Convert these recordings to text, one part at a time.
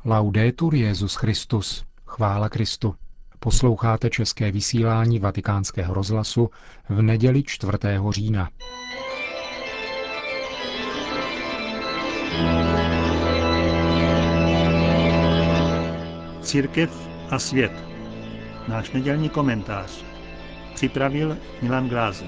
Laudetur Jesus Christus. Chvála Kristu. Posloucháte české vysílání Vatikánského rozhlasu v neděli 4. října. Církev a svět. Náš nedělní komentář. Připravil Milan Glázer.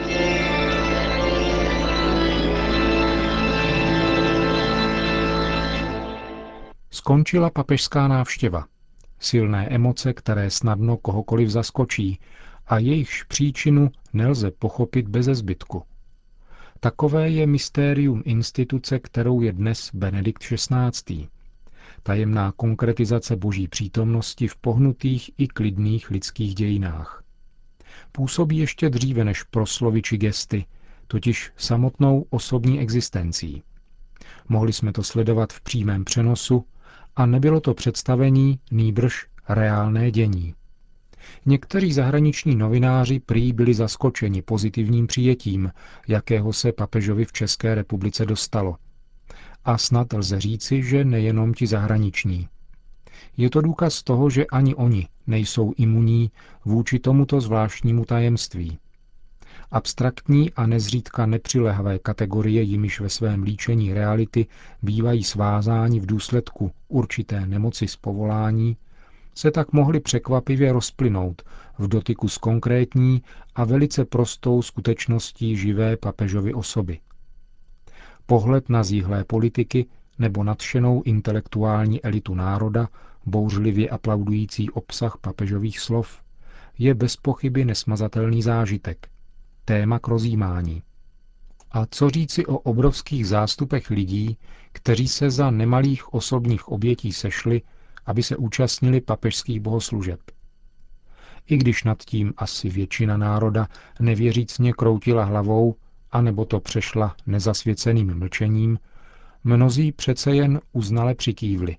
Skončila papežská návštěva. Silné emoce, které snadno kohokoliv zaskočí a jejichž příčinu nelze pochopit beze zbytku. Takové je mystérium instituce, kterou je dnes Benedikt XVI. Tajemná konkretizace boží přítomnosti v pohnutých i klidných lidských dějinách. Působí ještě dříve než proslovy či gesty, totiž samotnou osobní existencí. Mohli jsme to sledovat v přímém přenosu a nebylo to představení, nýbrž reálné dění. Někteří zahraniční novináři prý byli zaskočeni pozitivním přijetím, jakého se papežovi v České republice dostalo. A snad lze říci, že nejenom ti zahraniční. Je to důkaz toho, že ani oni nejsou imunní vůči tomuto zvláštnímu tajemství. Abstraktní a nezřídka nepřilehavé kategorie, jimiž ve svém líčení reality bývají svázáni v důsledku určité nemoci z povolání, se tak mohly překvapivě rozplynout v dotyku s konkrétní a velice prostou skutečností živé papežovy osoby. Pohled na zíhlé politiky nebo nadšenou intelektuální elitu národa, bouřlivě aplaudující obsah papežových slov, je bez pochyby nesmazatelný zážitek, téma k rozjímání. A co říci o obrovských zástupech lidí, kteří se za nemalých osobních obětí sešli, aby se účastnili papežských bohoslužeb. I když nad tím asi většina národa nevěřícně kroutila hlavou, anebo to přešla nezasvěceným mlčením, mnozí přece jen uznale přikývli.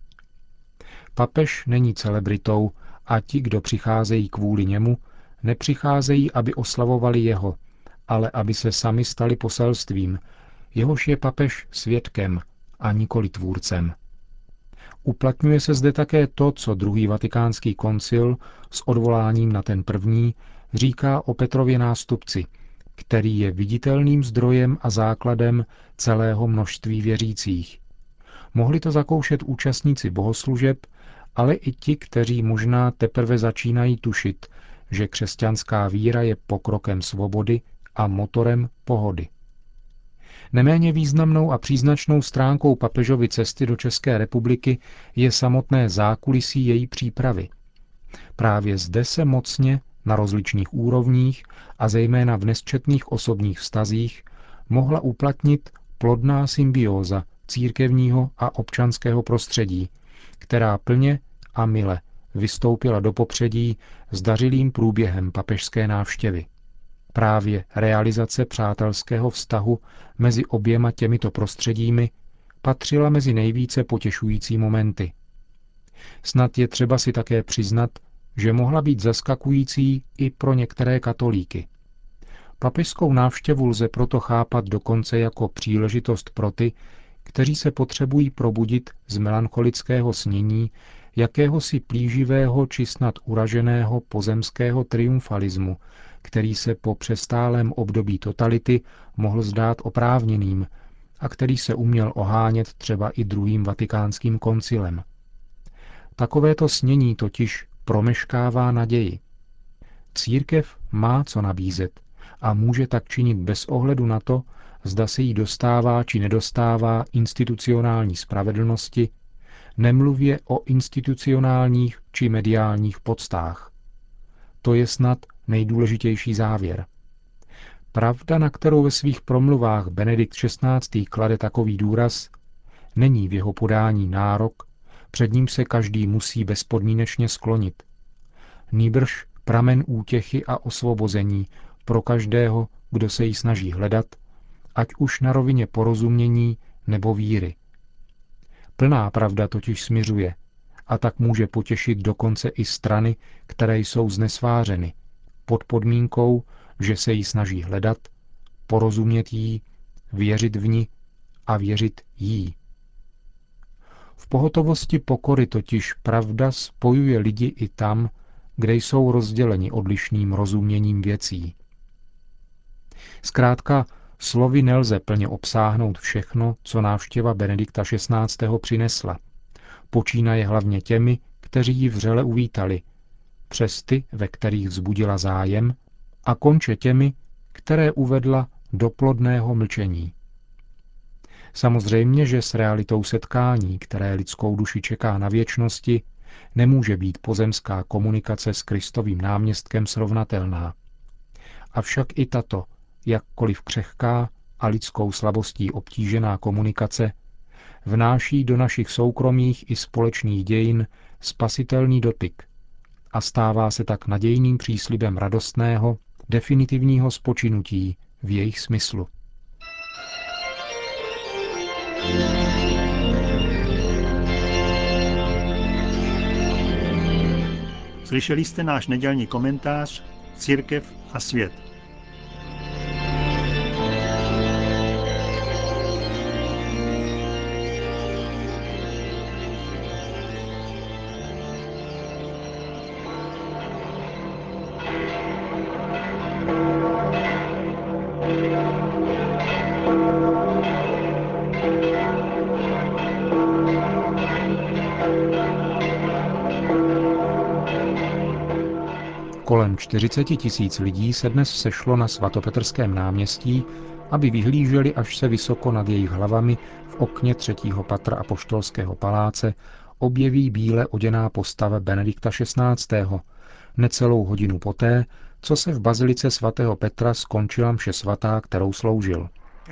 Papež není celebritou a ti, kdo přicházejí kvůli němu, nepřicházejí, aby oslavovali jeho, ale aby se sami stali poselstvím, jehož je papež svědkem a nikoli tvůrcem. Uplatňuje se zde také to, co druhý vatikánský koncil s odvoláním na ten první říká o Petrově nástupci, který je viditelným zdrojem a základem celého množství věřících. Mohli to zakoušet účastníci bohoslužeb, ale i ti, kteří možná teprve začínají tušit, že křesťanská víra je pokrokem svobody a motorem pohody. Neméně významnou a příznačnou stránkou papežovy cesty do České republiky je samotné zákulisí její přípravy. Právě zde se mocně, na rozličných úrovních a zejména v nesčetných osobních vztazích, mohla uplatnit plodná symbióza církevního a občanského prostředí, která plně a mile vystoupila do popředí zdařilým průběhem papežské návštěvy. Právě realizace přátelského vztahu mezi oběma těmito prostředími patřila mezi nejvíce potěšující momenty. Snad je třeba si také přiznat, že mohla být zaskakující i pro některé katolíky. Papežskou návštěvu lze proto chápat dokonce jako příležitost pro ty, kteří se potřebují probudit z melancholického snění jakéhosi plíživého či snad uraženého pozemského triumfalismu, který se po přestálém období totality mohl zdát oprávněným a který se uměl ohánět třeba i druhým vatikánským koncilem. Takovéto snění totiž promeškává naději. Církev má co nabízet a může tak činit bez ohledu na to, zda se jí dostává či nedostává institucionální spravedlnosti, nemluvě o institucionálních či mediálních poctách. To je snad nejdůležitější závěr. Pravda, na kterou ve svých promluvách Benedikt XVI. Klade takový důraz, není v jeho podání nárok, před ním se každý musí bezpodmínečně sklonit. Nýbrž pramen útěchy a osvobození pro každého, kdo se jí snaží hledat, ať už na rovině porozumění nebo víry. Plná pravda totiž smiřuje a tak může potěšit dokonce i strany, které jsou znesvářeny, pod podmínkou, že se jí snaží hledat, porozumět jí, věřit v ní a věřit jí. V pohotovosti pokory totiž pravda spojuje lidi i tam, kde jsou rozděleni odlišným rozuměním věcí. Zkrátka, slovy nelze plně obsáhnout všechno, co návštěva Benedikta XVI. Přinesla. Počínaje hlavně těmi, kteří ji vřele uvítali, přes ty, ve kterých vzbudila zájem, a konče těmi, které uvedla do plodného mlčení. Samozřejmě, že s realitou setkání, které lidskou duši čeká na věčnosti, nemůže být pozemská komunikace s Kristovým náměstkem srovnatelná. Avšak i tato, jakkoliv křehká a lidskou slabostí obtížená komunikace, vnáší do našich soukromých i společných dějin spasitelný dotyk a stává se tak nadějným příslibem radostného, definitivního spočinutí v jejich smyslu. Slyšeli jste náš nedělní komentář Církev a svět. Kolem 40 000 lidí se dnes sešlo na svatopetrském náměstí, aby vyhlíželi, až se vysoko nad jejich hlavami v okně 3. patra Apoštolského paláce objeví bíle oděná postava Benedikta XVI. Necelou hodinu poté, co se v bazilice svatého Petra skončila mše svatá, kterou sloužil.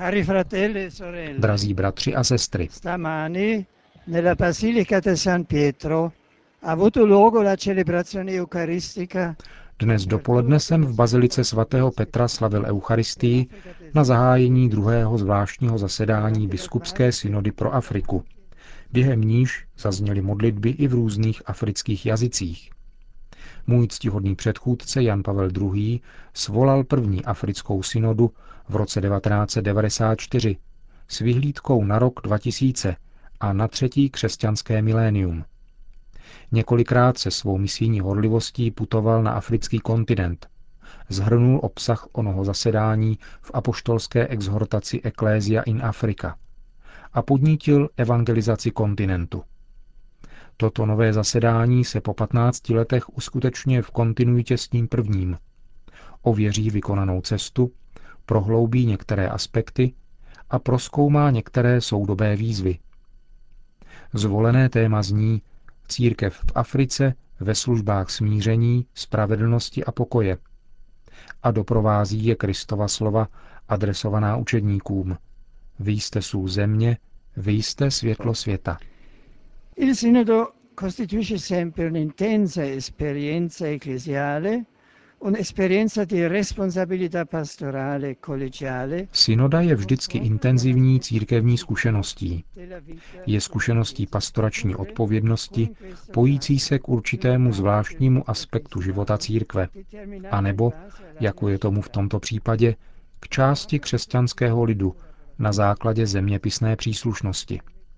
Drazí bratři a sestry, stamani nella Basilica di San Pietro ha avuto luogo la celebrazione eucaristica. Dnes dopoledne jsem v bazilice svatého Petra slavil Eucharistii na zahájení druhého zvláštního zasedání biskupské synody pro Afriku. Během níž zazněly modlitby i v různých afrických jazycích. Můj ctihodný předchůdce Jan Pavel II. Svolal první africkou synodu v roce 1994 s vyhlídkou na rok 2000 a na 3. křesťanské milénium. Několikrát se svou misijní horlivostí putoval na africký kontinent. Zhrnul obsah onoho zasedání v apoštolské exhortaci Ecclesia in Africa a podnítil evangelizaci kontinentu. Toto nové zasedání se po 15 letech uskutečňuje v kontinuitě s tím prvním. Ověří vykonanou cestu, prohloubí některé aspekty a prozkoumá některé soudobé výzvy. Zvolené téma zní Církev v Africe ve službách smíření, spravedlnosti a pokoje. A doprovází je Kristova slova adresovaná učedníkům. Vy jste sůl země, vy jste světlo světa. Il Sinodo costituisce sempre un'intensa esperienza ecclesiale, un'esperienza di responsabilità pastorale collegiale. Synoda je vždycky intenzivní církevní zkušeností. Je zkušeností pastorační odpovědnosti, pojící se k určitému zvláštnímu aspektu života církve, anebo, jako je tomu v tomto případě, k části křesťanského lidu na základě zeměpisné příslušnosti.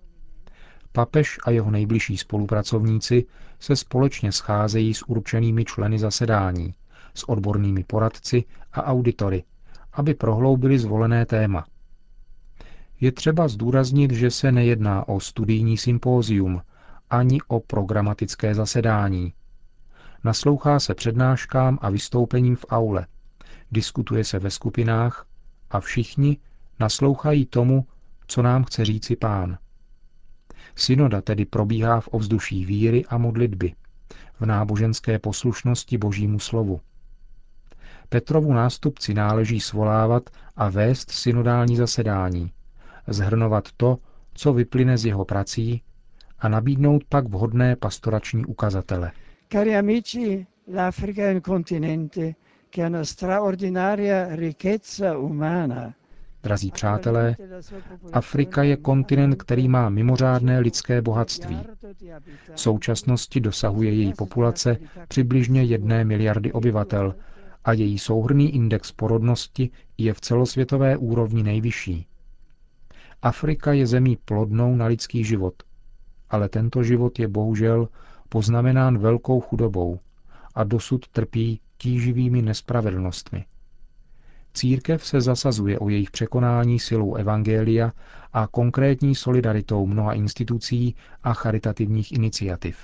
Papež a jeho nejbližší spolupracovníci se společně scházejí s určenými členy zasedání, s odbornými poradci a auditory, aby prohloubili zvolené téma. Je třeba zdůraznit, že se nejedná o studijní sympózium ani o programatické zasedání. Naslouchá se přednáškám a vystoupením v aule, diskutuje se ve skupinách a všichni naslouchají tomu, co nám chce říci Pán. Synoda tedy probíhá v ovzduší víry a modlitby, v náboženské poslušnosti Božímu slovu. Petrovu nástupci náleží svolávat a vést synodální zasedání, zhrnovat to, co vyplyne z jeho prací, a nabídnout pak vhodné pastorační ukazatele. Cari amici, l'Africa è un continente che ha una straordinaria ricchezza umana. Drazí přátelé, Afrika je kontinent, který má mimořádné lidské bohatství. V současnosti dosahuje její populace přibližně 1 miliardy obyvatel a její souhrnný index porodnosti je v celosvětové úrovni nejvyšší. Afrika je zemí plodnou na lidský život ale tento život je bohužel poznamenán velkou chudobou a dosud trpí tíživými nespravedlnostmi. Církev se zasazuje o jejich překonání silou evangelia a konkrétní solidaritou mnoha institucí a charitativních iniciativ.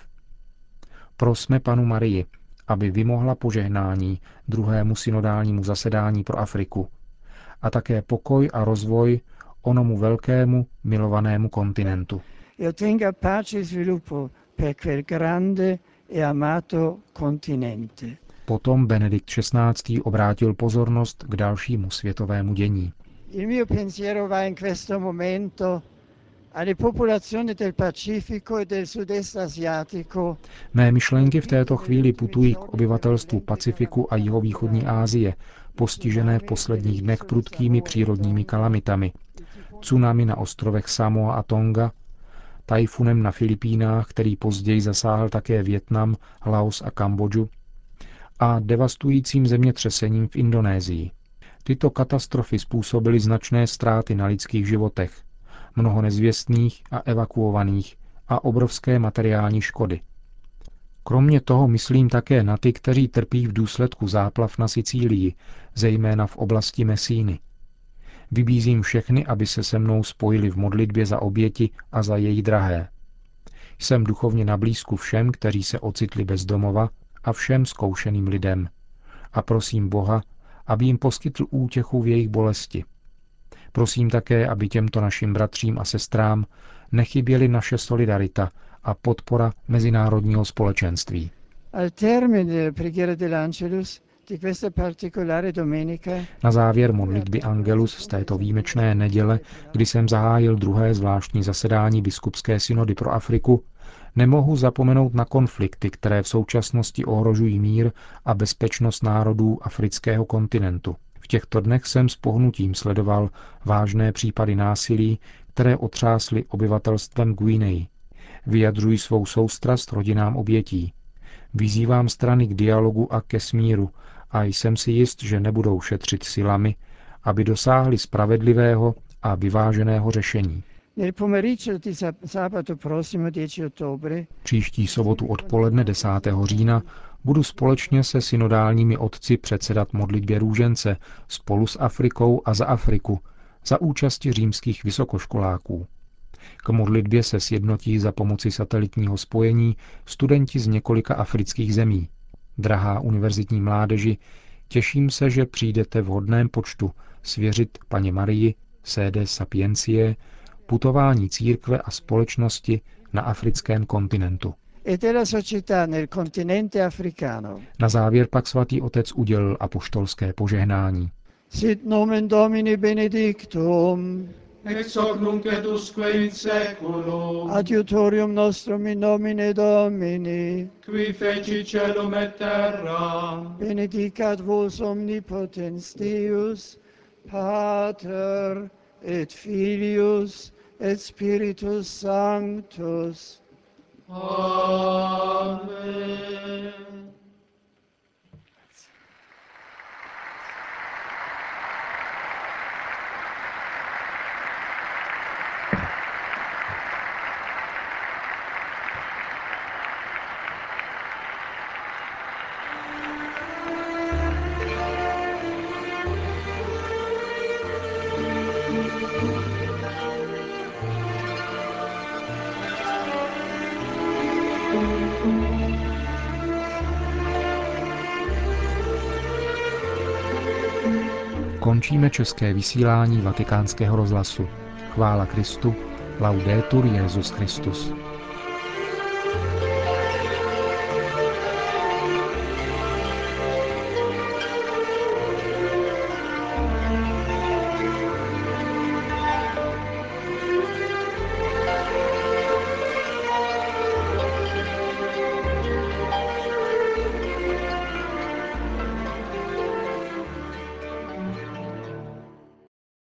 Prosme Panu Marii, aby vymohla požehnání druhému synodálnímu zasedání pro Afriku a také pokoj a rozvoj onomu velkému milovanému kontinentu. E ottenga pace e sviluppo per quel grande e amato continente. Potom Benedikt XVI. Obrátil pozornost k dalšímu světovému dění. Il mio pensiero va in questo momento alle popolazioni del Pacifico e del Sud-Est asiatico. Mé myšlenky v této chvíli putují k obyvatelstvu Pacifiku a jihovýchodní Asie, postižené v posledních dnech prudkými přírodními kalamitami, tsunami na ostrovech Samoa a Tonga, tajfunem na Filipínách, který později zasáhl také Vietnam, Laos a Kambodžu, a devastujícím zemětřesením v Indonésii. Tyto katastrofy způsobily značné ztráty na lidských životech, mnoho nezvěstných a evakuovaných a obrovské materiální škody. Kromě toho myslím také na ty, kteří trpí v důsledku záplav na Sicílii, zejména v oblasti Messíny. Vybízím všechny, aby se se mnou spojili v modlitbě za oběti a za jejich drahé. Jsem duchovně na blízku všem, kteří se ocitli bez domova, a všem zkoušeným lidem. A prosím Boha, aby jim poskytl útěchu v jejich bolesti. Prosím také, aby těmto našim bratřím a sestrám nechyběly naše solidarita a podpora mezinárodního společenství. Al termine della preghiera dell'Angelus di questa particolare domenica, Na závěr modlitby Angelus z této výjimečné neděle, kdy jsem zahájil druhé zvláštní zasedání biskupské synody pro Afriku, nemohu zapomenout na konflikty, které v současnosti ohrožují mír a bezpečnost národů afrického kontinentu. V těchto dnech jsem s pohnutím sledoval vážné případy násilí, které otřásly obyvatelstvem Guinei. Vyjadřuji svou soustrast rodinám obětí. Vyzývám strany k dialogu a ke smíru a jsem si jist, že nebudou šetřit silami, aby dosáhli spravedlivého a vyváženého řešení. Příští sobotu odpoledne 10. října budu společně se synodálními otci předsedat modlitbě růžence spolu s Afrikou a za Afriku za účasti římských vysokoškoláků. K modlitbě se sjednotí za pomoci satelitního spojení studenti z několika afrických zemí. Drahá univerzitní mládeži, těším se, že přijdete v hodném počtu svěřit Paně Marii, sede sapientiae, putování církve a společnosti na africkém kontinentu. Na závěr pak svatý otec udělil apoštolské požehnání. Sit nomen Domini benedictum, ex hoc nunc et usque in seculum, adiutorium nostrum in nomine Domini, qui feci caelum et terra, benedicat vos omnipotens Deus, Pater et Filius et Spiritus Sanctus. Amen. Končíme české vysílání Vatikánského rozhlasu. Chvála Kristu, laudetur Jesus Christus.